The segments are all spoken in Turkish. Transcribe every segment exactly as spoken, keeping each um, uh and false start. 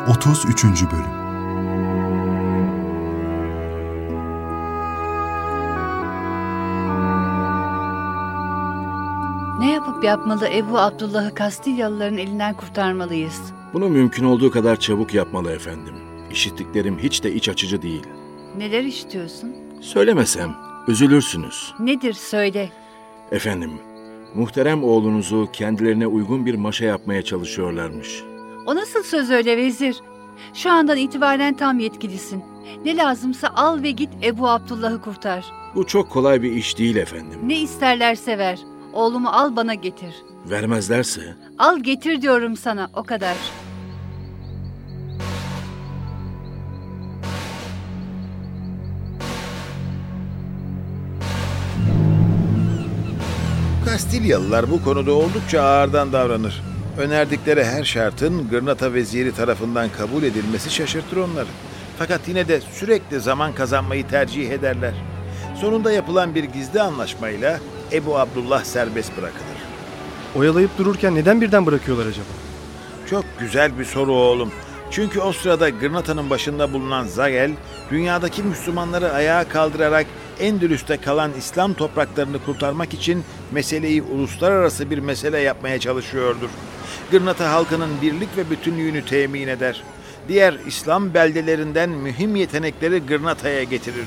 otuz üçüncü. Bölüm. Ne yapıp yapmalı Ebu Abdullah'ı Kastilyalıların elinden kurtarmalıyız? Bunu mümkün olduğu kadar çabuk yapmalı efendim. İşittiklerim hiç de iç açıcı değil. Neler işitiyorsun? Söylemesem üzülürsünüz. Nedir söyle. Efendim, muhterem oğlunuzu kendilerine uygun bir maşa yapmaya çalışıyorlarmış. O nasıl söz öyle vezir? Şu andan itibaren tam yetkilisin. Ne lazımsa al ve git Ebu Abdullah'ı kurtar. Bu çok kolay bir iş değil efendim. Ne isterlerse ver. Oğlumu al bana getir. Vermezlerse? Al getir diyorum sana, o kadar. Kastilyalılar bu konuda oldukça ağırdan davranır. Önerdikleri her şartın Gırnata veziri tarafından kabul edilmesi şaşırtır onları. Fakat yine de sürekli zaman kazanmayı tercih ederler. Sonunda yapılan bir gizli anlaşmayla Ebu Abdullah serbest bırakılır. Oyalayıp dururken neden birden bırakıyorlar acaba? Çok güzel bir soru oğlum. Çünkü o sırada Gırnata'nın başında bulunan Zagel, dünyadaki Müslümanları ayağa kaldırarak Endülüs'te kalan İslam topraklarını kurtarmak için meseleyi uluslararası bir mesele yapmaya çalışıyordur. Gırnata halkının birlik ve bütünlüğünü temin eder. Diğer İslam beldelerinden mühim yetenekleri Gırnata'ya getirir.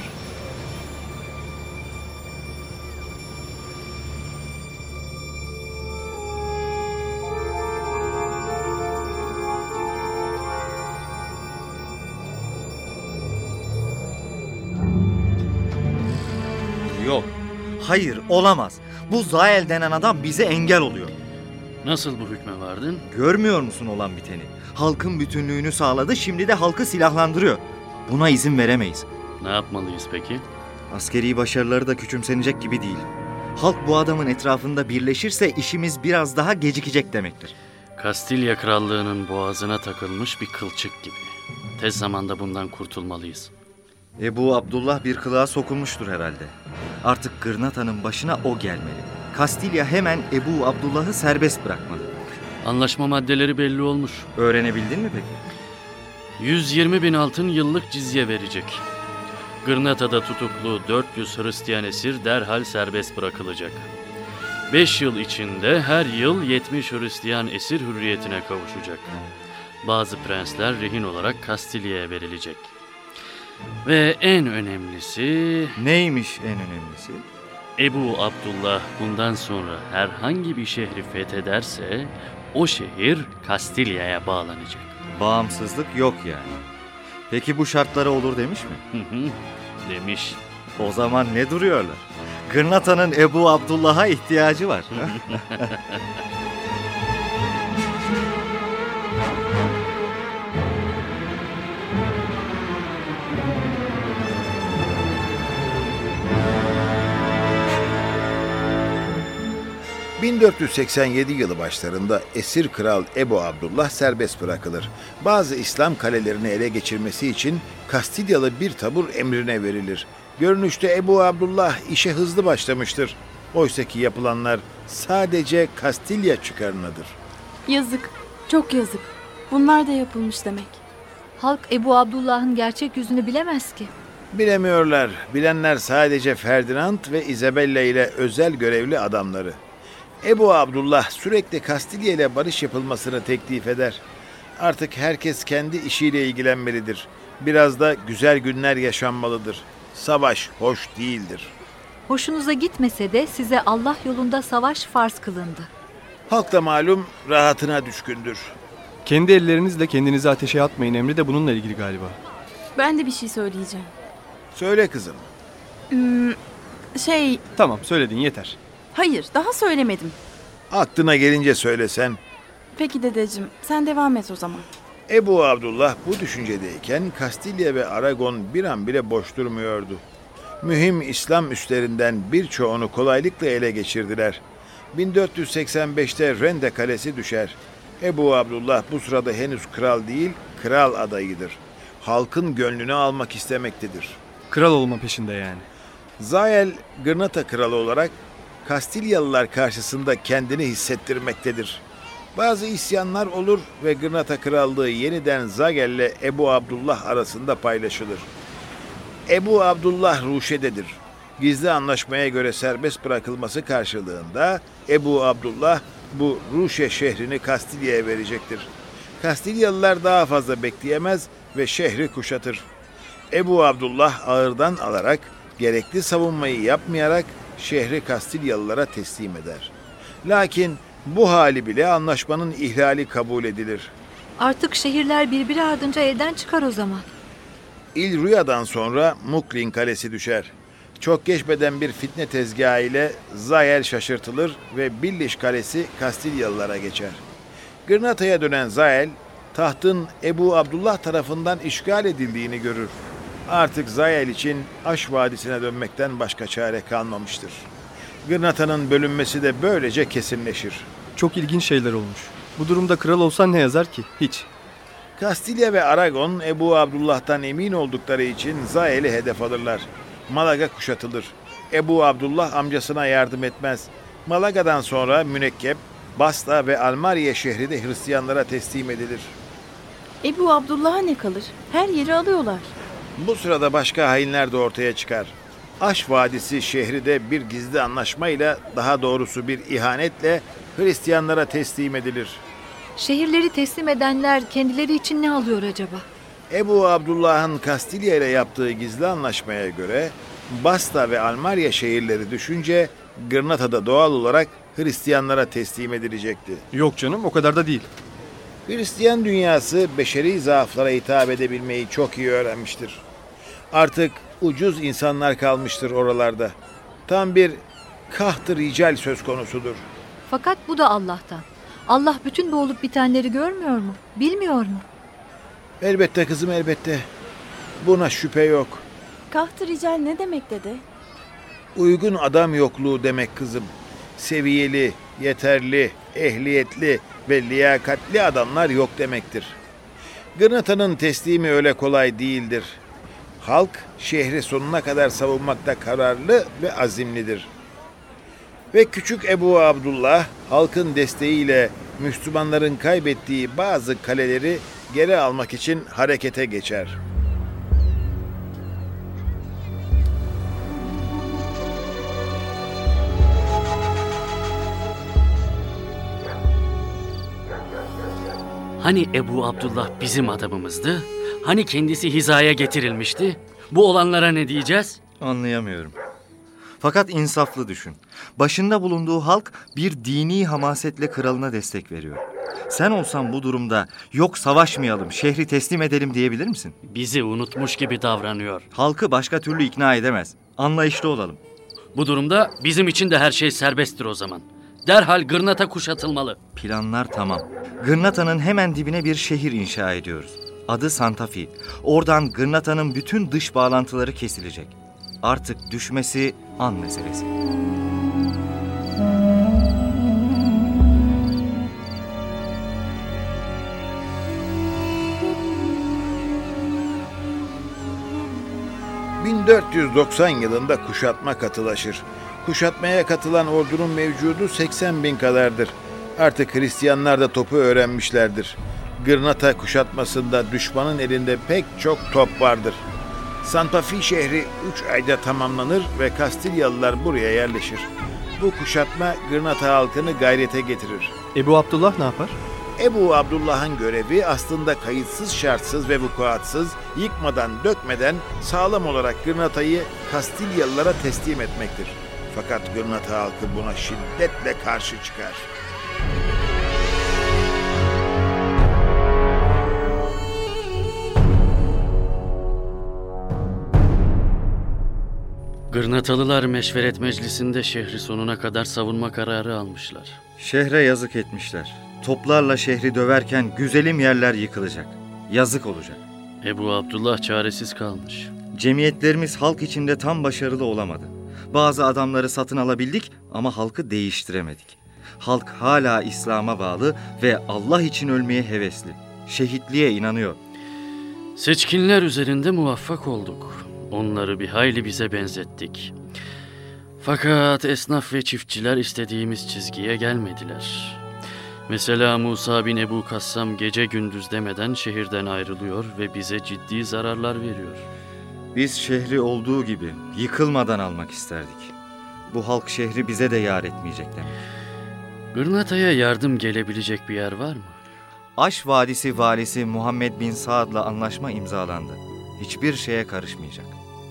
Yok. Hayır, olamaz. Bu Zael denen adam bize engel oluyor. Nasıl bu hükme vardın? Görmüyor musun olan biteni? Halkın bütünlüğünü sağladı, şimdi de halkı silahlandırıyor. Buna izin veremeyiz. Ne yapmalıyız peki? Askeri başarıları da küçümsenecek gibi değil. Halk bu adamın etrafında birleşirse işimiz biraz daha gecikecek demektir. Kastilya Krallığı'nın boğazına takılmış bir kılçık gibi. Tez zamanda bundan kurtulmalıyız. Ebu Abdullah bir kılığa sokulmuştur herhalde. Artık Gırnata'nın başına o gelmeli. Kastilya hemen Ebu Abdullah'ı serbest bırakmalı. Anlaşma maddeleri belli olmuş. Öğrenebildin mi peki? yüz yirmi bin altın yıllık cizye verecek. Gırnata'da tutuklu dört yüz Hristiyan esir derhal serbest bırakılacak. beş yıl içinde her yıl yetmiş Hristiyan esir hürriyetine kavuşacak. Bazı prensler rehin olarak Kastilya'ya verilecek. Ve en önemlisi... Neymiş en önemlisi? Ebu Abdullah bundan sonra herhangi bir şehri fethederse o şehir Kastilya'ya bağlanacak. Bağımsızlık yok yani. Peki bu şartlara olur demiş mi? Hı hı, demiş. O zaman ne duruyorlar? Gırnata'nın Ebu Abdullah'a ihtiyacı var. bin dört yüz seksen yedi yılı başlarında esir kral Ebu Abdullah serbest bırakılır. Bazı İslam kalelerini ele geçirmesi için Kastilyalı bir tabur emrine verilir. Görünüşte Ebu Abdullah işe hızlı başlamıştır. Oysaki yapılanlar sadece Kastilya çıkarınadır. Yazık, çok yazık. Bunlar da yapılmış demek. Halk Ebu Abdullah'ın gerçek yüzünü bilemez ki. Bilemiyorlar. Bilenler sadece Ferdinand ve Isabella ile özel görevli adamları. Ebu Abdullah sürekli Kastilya ile barış yapılmasını teklif eder. Artık herkes kendi işiyle ilgilenmelidir. Biraz da güzel günler yaşanmalıdır. Savaş hoş değildir. Hoşunuza gitmese de size Allah yolunda savaş farz kılındı. Halk da malum rahatına düşkündür. Kendi ellerinizle kendinizi ateşe atmayın emri de bununla ilgili galiba. Ben de bir şey söyleyeceğim. Söyle kızım. Hmm, şey... Tamam, söyledin yeter. Hayır, daha söylemedim. Aklına gelince söylesen. Peki dedeciğim, sen devam et o zaman. Ebu Abdullah bu düşüncedeyken Kastilya ve Aragon bir an bile boş durmuyordu. Mühim İslam üslerinden birçoğunu kolaylıkla ele geçirdiler. bin dört yüz seksen beşte Rende Kalesi düşer. Ebu Abdullah bu sırada henüz kral değil, kral adayıdır. Halkın gönlünü almak istemektedir. Kral olma peşinde yani. Zael, Gırnata kralı olarak Kastilyalılar karşısında kendini hissettirmektedir. Bazı isyanlar olur ve Gırnata Krallığı yeniden Zagel ile Ebu Abdullah arasında paylaşılır. Ebu Abdullah Ruşe'dedir. Gizli anlaşmaya göre serbest bırakılması karşılığında Ebu Abdullah bu Ruşe şehrini Kastilya'ya verecektir. Kastilyalılar daha fazla bekleyemez ve şehri kuşatır. Ebu Abdullah ağırdan alarak, gerekli savunmayı yapmayarak şehri Kastilyalılara teslim eder. Lakin bu hali bile anlaşmanın ihlali kabul edilir. Artık şehirler birbiri ardınca elden çıkar o zaman. İl-Rüya'dan sonra Muklin Kalesi düşer. Çok geçmeden bir fitne tezgahı ile Zayel şaşırtılır ve Billiş Kalesi Kastilyalılara geçer. Gırnata'ya dönen Zayel, tahtın Ebu Abdullah tarafından işgal edildiğini görür. Artık Zayel için Aş Vadisi'ne dönmekten başka çare kalmamıştır. Gırnata'nın bölünmesi de böylece kesinleşir. Çok ilginç şeyler olmuş. Bu durumda kral olsan ne yazar ki? Hiç. Kastilya ve Aragon Ebu Abdullah'tan emin oldukları için Zayel'i hedef alırlar. Malaga kuşatılır. Ebu Abdullah amcasına yardım etmez. Malaga'dan sonra Münekkep, Basta ve Almariye şehri de Hristiyanlara teslim edilir. Ebu Abdullah'a ne kalır? Her yeri alıyorlar. Bu sırada başka hainler de ortaya çıkar. Aş Vadisi şehri de bir gizli anlaşmayla, daha doğrusu bir ihanetle Hristiyanlara teslim edilir. Şehirleri teslim edenler kendileri için ne alıyor acaba? Ebu Abdullah'ın Kastilya ile yaptığı gizli anlaşmaya göre Basta ve Almariye şehirleri düşünce Gırnata'da doğal olarak Hristiyanlara teslim edilecekti. Yok canım, o kadar da değil. Hristiyan dünyası beşeri zaaflara hitap edebilmeyi çok iyi öğrenmiştir. Artık ucuz insanlar kalmıştır oralarda. Tam bir kaht-ı rical söz konusudur. Fakat bu da Allah'tan. Allah bütün bu olup bitenleri görmüyor mu? Bilmiyor mu? Elbette kızım, elbette. Buna şüphe yok. Kaht-ı rical ne demek dede? Uygun adam yokluğu demek kızım. Seviyeli, yeterli, ehliyetli ve liyakatli adamlar yok demektir. Gırnata'nın teslimi öyle kolay değildir. Halk şehri sonuna kadar savunmakta kararlı ve azimlidir. Ve küçük Ebu Abdullah halkın desteğiyle Müslümanların kaybettiği bazı kaleleri geri almak için harekete geçer. Hani Ebu Abdullah bizim adamımızdı? Hani kendisi hizaya getirilmişti? Bu olanlara ne diyeceğiz? Anlayamıyorum. Fakat insaflı düşün. Başında bulunduğu halk bir dini hamasetle kralına destek veriyor. Sen olsan bu durumda yok savaşmayalım, şehri teslim edelim diyebilir misin? Bizi unutmuş gibi davranıyor. Halkı başka türlü ikna edemez. Anlayışlı olalım. Bu durumda bizim için de her şey serbesttir o zaman. Derhal Gırnata kuşatılmalı. Planlar tamam. Gırnata'nın hemen dibine bir şehir inşa ediyoruz. Adı Santa Fe. Oradan Gırnata'nın bütün dış bağlantıları kesilecek. Artık düşmesi an meselesi. bin dört yüz doksan yılında kuşatma katılaşır. Kuşatmaya katılan ordunun mevcudu seksen bin kadardır. Artık Hristiyanlar da topu öğrenmişlerdir. Gırnata kuşatmasında düşmanın elinde pek çok top vardır. Santa Fe şehri üç ayda tamamlanır ve Kastilyalılar buraya yerleşir. Bu kuşatma Gırnata halkını gayrete getirir. Ebu Abdullah ne yapar? Ebu Abdullah'ın görevi aslında kayıtsız şartsız ve vukuatsız, yıkmadan dökmeden sağlam olarak Gırnata'yı Kastilyalılara teslim etmektir. Fakat Gırnata halkı buna şiddetle karşı çıkar. Gırnatalılar meşveret meclisinde şehri sonuna kadar savunma kararı almışlar. Şehre yazık etmişler. Toplarla şehri döverken güzelim yerler yıkılacak. Yazık olacak. Ebu Abdullah çaresiz kalmış. Cemiyetlerimiz halk içinde tam başarılı olamadı. Bazı adamları satın alabildik ama halkı değiştiremedik. Halk hala İslam'a bağlı ve Allah için ölmeye hevesli. Şehitliğe inanıyor. Seçkinler üzerinde muvaffak olduk. Onları bir hayli bize benzettik. Fakat esnaf ve çiftçiler istediğimiz çizgiye gelmediler. Mesela Musa bin Ebu Kassam gece gündüz demeden şehirden ayrılıyor ve bize ciddi zararlar veriyor. Biz şehri olduğu gibi yıkılmadan almak isterdik. Bu halk şehri bize de yar etmeyecek demek. Gırnata'ya yardım gelebilecek bir yer var mı? Aş Vadisi valisi Muhammed bin Saad'la anlaşma imzalandı. Hiçbir şeye karışmayacak.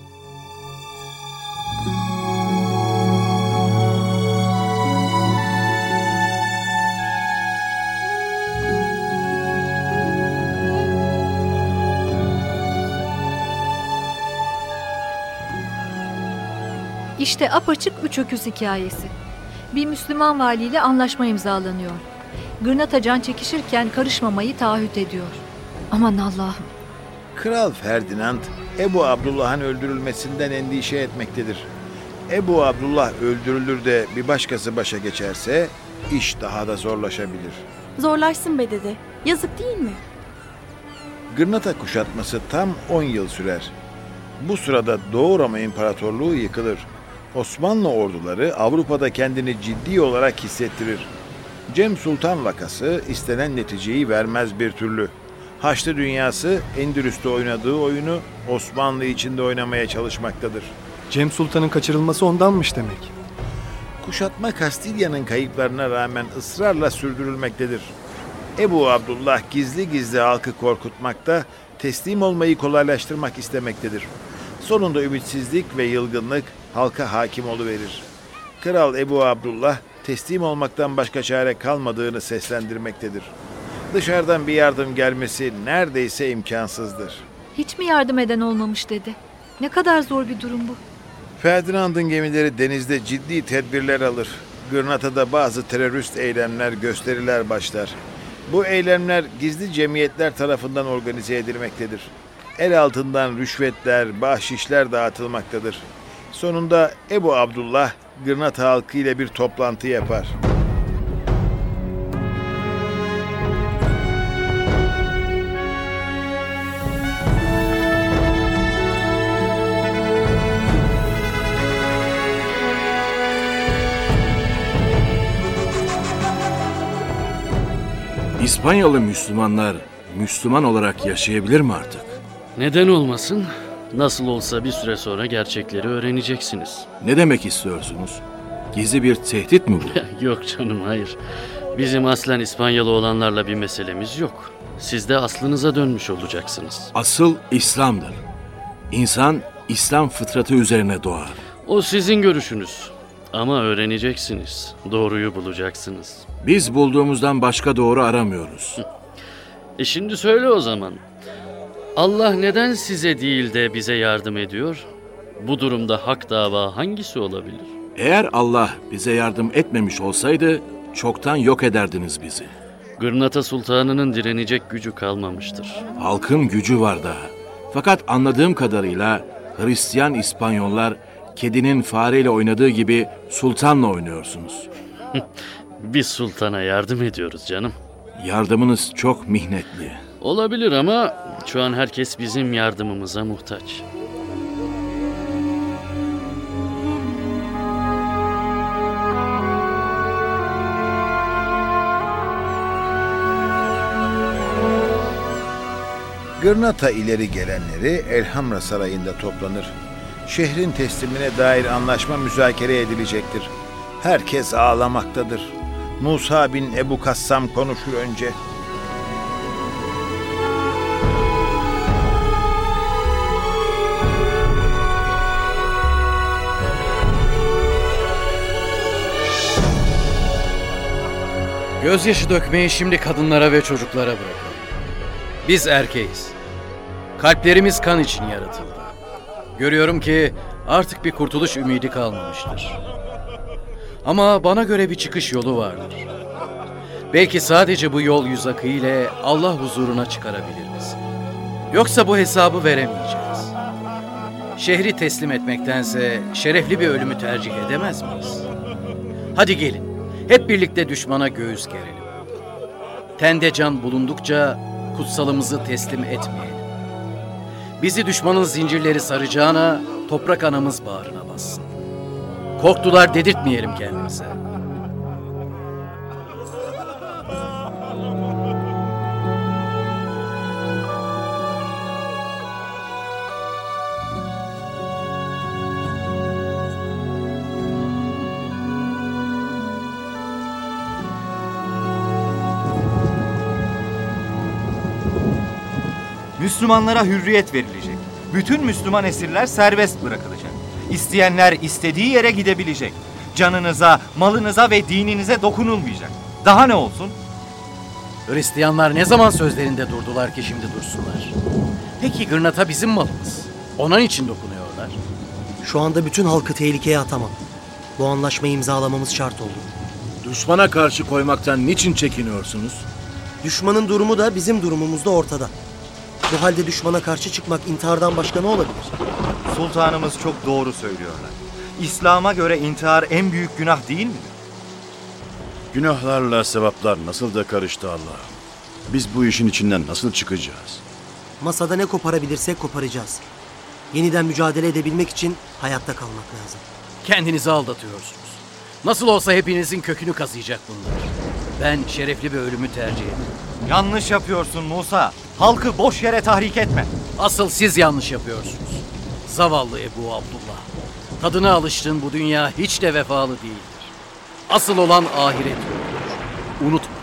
İşte apaçık üç öküz hikayesi. Bir Müslüman valiyle anlaşma imzalanıyor. Gırnata can çekişirken karışmamayı taahhüt ediyor. Aman Allah'ım. Kral Ferdinand, Ebu Abdullah'ın öldürülmesinden endişe etmektedir. Ebu Abdullah öldürülür de bir başkası başa geçerse iş daha da zorlaşabilir. Zorlaşsın be dede. Yazık değil mi? Gırnata kuşatması tam on yıl sürer. Bu sırada Doğu Roma İmparatorluğu yıkılır. Osmanlı orduları Avrupa'da kendini ciddi olarak hissettirir. Cem Sultan vakası istenen neticeyi vermez bir türlü. Haçlı dünyası Endülüs'te oynadığı oyunu Osmanlı içinde oynamaya çalışmaktadır. Cem Sultan'ın kaçırılması ondanmış demek. Kuşatma Kastilya'nın kayıplarına rağmen ısrarla sürdürülmektedir. Ebu Abdullah gizli gizli halkı korkutmakta, teslim olmayı kolaylaştırmak istemektedir. Sonunda ümitsizlik ve yılgınlık halka hakim oluverir. Kral Ebu Abdullah teslim olmaktan başka çare kalmadığını seslendirmektedir. Dışarıdan bir yardım gelmesi neredeyse imkansızdır. Hiç mi yardım eden olmamış dedi. Ne kadar zor bir durum bu. Ferdinand'ın gemileri denizde ciddi tedbirler alır. Gırnata'da bazı terörist eylemler, gösteriler başlar. Bu eylemler gizli cemiyetler tarafından organize edilmektedir. El altından rüşvetler, bahşişler dağıtılmaktadır. Sonunda Ebu Abdullah, Gırnata halkı ile bir toplantı yapar. İspanyalı Müslümanlar Müslüman olarak yaşayabilir mi artık? Neden olmasın? Nasıl olsa bir süre sonra gerçekleri öğreneceksiniz. Ne demek istiyorsunuz? Gizli bir tehdit mi bu? Yok canım, hayır. Bizim aslen İspanyalı olanlarla bir meselemiz yok. Siz de aslınıza dönmüş olacaksınız. Asıl İslam'dır. İnsan İslam fıtratı üzerine doğar. O sizin görüşünüz. Ama öğreneceksiniz. Doğruyu bulacaksınız. Biz bulduğumuzdan başka doğru aramıyoruz. E şimdi söyle o zaman. Allah neden size değil de bize yardım ediyor? Bu durumda hak dava hangisi olabilir? Eğer Allah bize yardım etmemiş olsaydı çoktan yok ederdiniz bizi. Gırnata Sultanı'nın direnecek gücü kalmamıştır. Halkın gücü var daha. Fakat anladığım kadarıyla Hristiyan İspanyollar kedinin fareyle oynadığı gibi sultanla oynuyorsunuz. Biz sultana yardım ediyoruz canım. Yardımınız çok mihnetli. Olabilir ama şu an herkes bizim yardımımıza muhtaç. Gırnata ileri gelenleri Elhamra Sarayı'nda toplanır. Şehrin teslimine dair anlaşma müzakere edilecektir. Herkes ağlamaktadır. Musa bin Ebu Kassam konuşur önce. Gözyaşı dökmeyi şimdi kadınlara ve çocuklara bırakın. Biz erkeğiz. Kalplerimiz kan için yaratıldı. Görüyorum ki artık bir kurtuluş ümidi kalmamıştır. Ama bana göre bir çıkış yolu vardır. Belki sadece bu yol yüz akı ile Allah huzuruna çıkarabilir bizi. Yoksa bu hesabı veremeyeceğiz. Şehri teslim etmektense şerefli bir ölümü tercih edemez miyiz? Hadi gelin, hep birlikte düşmana göğüs gerelim. Tende can bulundukça kutsalımızı teslim etmeyelim. Bizi düşmanın zincirleri saracağına toprak anamız bağrına bassın. Korktular dedirtmeyelim kendimize. Müslümanlara hürriyet verilecek. Bütün Müslüman esirler serbest bırakılacak. İsteyenler istediği yere gidebilecek. Canınıza, malınıza ve dininize dokunulmayacak. Daha ne olsun? Hristiyanlar ne zaman sözlerinde durdular ki şimdi dursunlar? Peki Gırnata bizim malımız. Onun için dokunuyorlar. Şu anda bütün halkı tehlikeye atamam. Bu anlaşmayı imzalamamız şart oldu. Düşmana karşı koymaktan niçin çekiniyorsunuz? Düşmanın durumu da bizim durumumuz da ortada. Bu halde düşmana karşı çıkmak intihardan başka ne olabilir? Sultanımız çok doğru söylüyorlar. İslam'a göre intihar en büyük günah değil midir? Günahlarla sevaplar nasıl da karıştı Allah. Biz bu işin içinden nasıl çıkacağız? Masada ne koparabilirsek koparacağız. Yeniden mücadele edebilmek için hayatta kalmak lazım. Kendinizi aldatıyorsunuz. Nasıl olsa hepinizin kökünü kazıyacak bunlar. Ben şerefli bir ölümü tercih ederim. Yanlış yapıyorsun Musa. Halkı boş yere tahrik etme. Asıl siz yanlış yapıyorsunuz. Zavallı Ebu Abdullah. Tadına alıştığın bu dünya hiç de vefalı değildir. Asıl olan ahiret yoludur. Unutma.